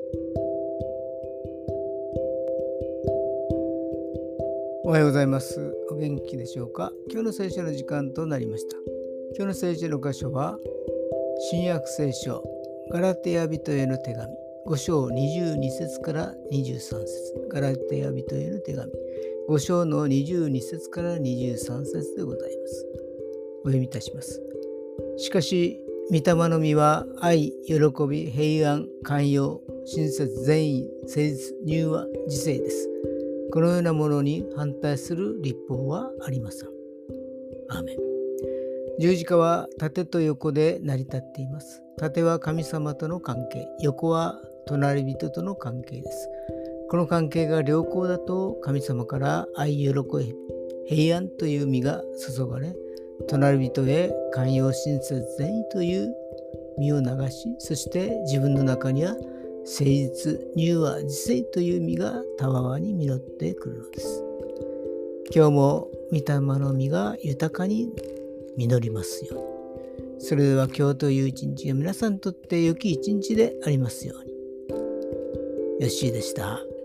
おはようございます。お元気でしょうか。今日の聖書の時間となりました。今日の聖書の箇所は新約聖書ガラテヤ人への手紙5章22節から23節。ガラテヤ人への手紙5章の22節から23節でございます。お読みいたします。しかし御霊の実は愛、喜び、平安、寛容、親切、善意、誠実、柔和、自制です。このようなものに反対する律法はありません。アーメン。十字架は縦と横で成り立っています。縦は神様との関係、横は隣人との関係です。この関係が良好だと神様から愛、喜び、平安という実が注がれ、隣人へ寛容、親切、善意という実を流し、そして自分の中には誠実、柔和、自制という実がたわわに実ってくるのです。今日も御霊の実が豊かに実りますように。それでは今日という一日が皆さんにとって良き一日でありますように。よっしーでした。